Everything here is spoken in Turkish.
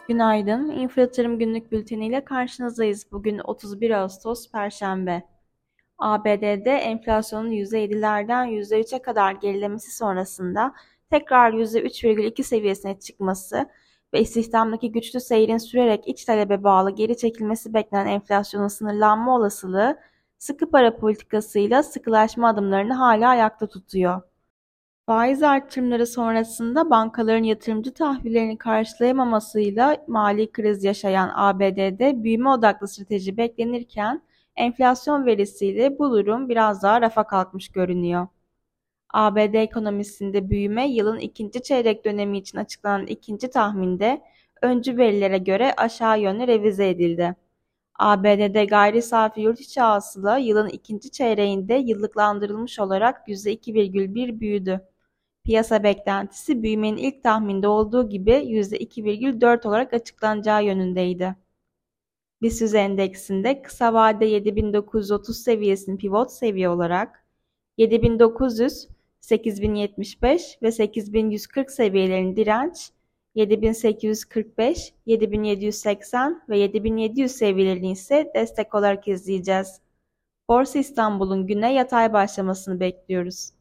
Günaydın. İnfo Günlük Bülteni ile karşınızdayız. Bugün 31 Ağustos Perşembe. ABD'de enflasyonun %7'lerden %3'e kadar gerilemesi sonrasında tekrar %3,2 seviyesine çıkması ve istihdamdaki güçlü seyrin sürerek iç talebe bağlı geri çekilmesi beklenen enflasyonun sınırlanma olasılığı sıkı para politikasıyla sıkılaşma adımlarını hala ayakta tutuyor. Faiz artırımları sonrasında bankaların yatırımcı tahvillerini karşılayamamasıyla mali kriz yaşayan ABD'de büyüme odaklı strateji beklenirken enflasyon verisiyle bu durum biraz daha rafa kalkmış görünüyor. ABD ekonomisinde büyüme yılın ikinci çeyrek dönemi için açıklanan ikinci tahminde öncü verilere göre aşağı yönlü revize edildi. ABD'de gayri safi yurt içi hasıla yılın ikinci çeyreğinde yıllıklandırılmış olarak %2,1 büyüdü. Piyasa beklentisi büyümenin ilk tahminde olduğu gibi %2,4 olarak açıklanacağı yönündeydi. BIST endeksinde kısa vade 7930 seviyesini pivot seviye olarak 7900, 8075 ve 8140 seviyelerin direnç, 7845, 7780 ve 7700 seviyelerini ise destek olarak izleyeceğiz. Borsa İstanbul'un güne yatay başlamasını bekliyoruz.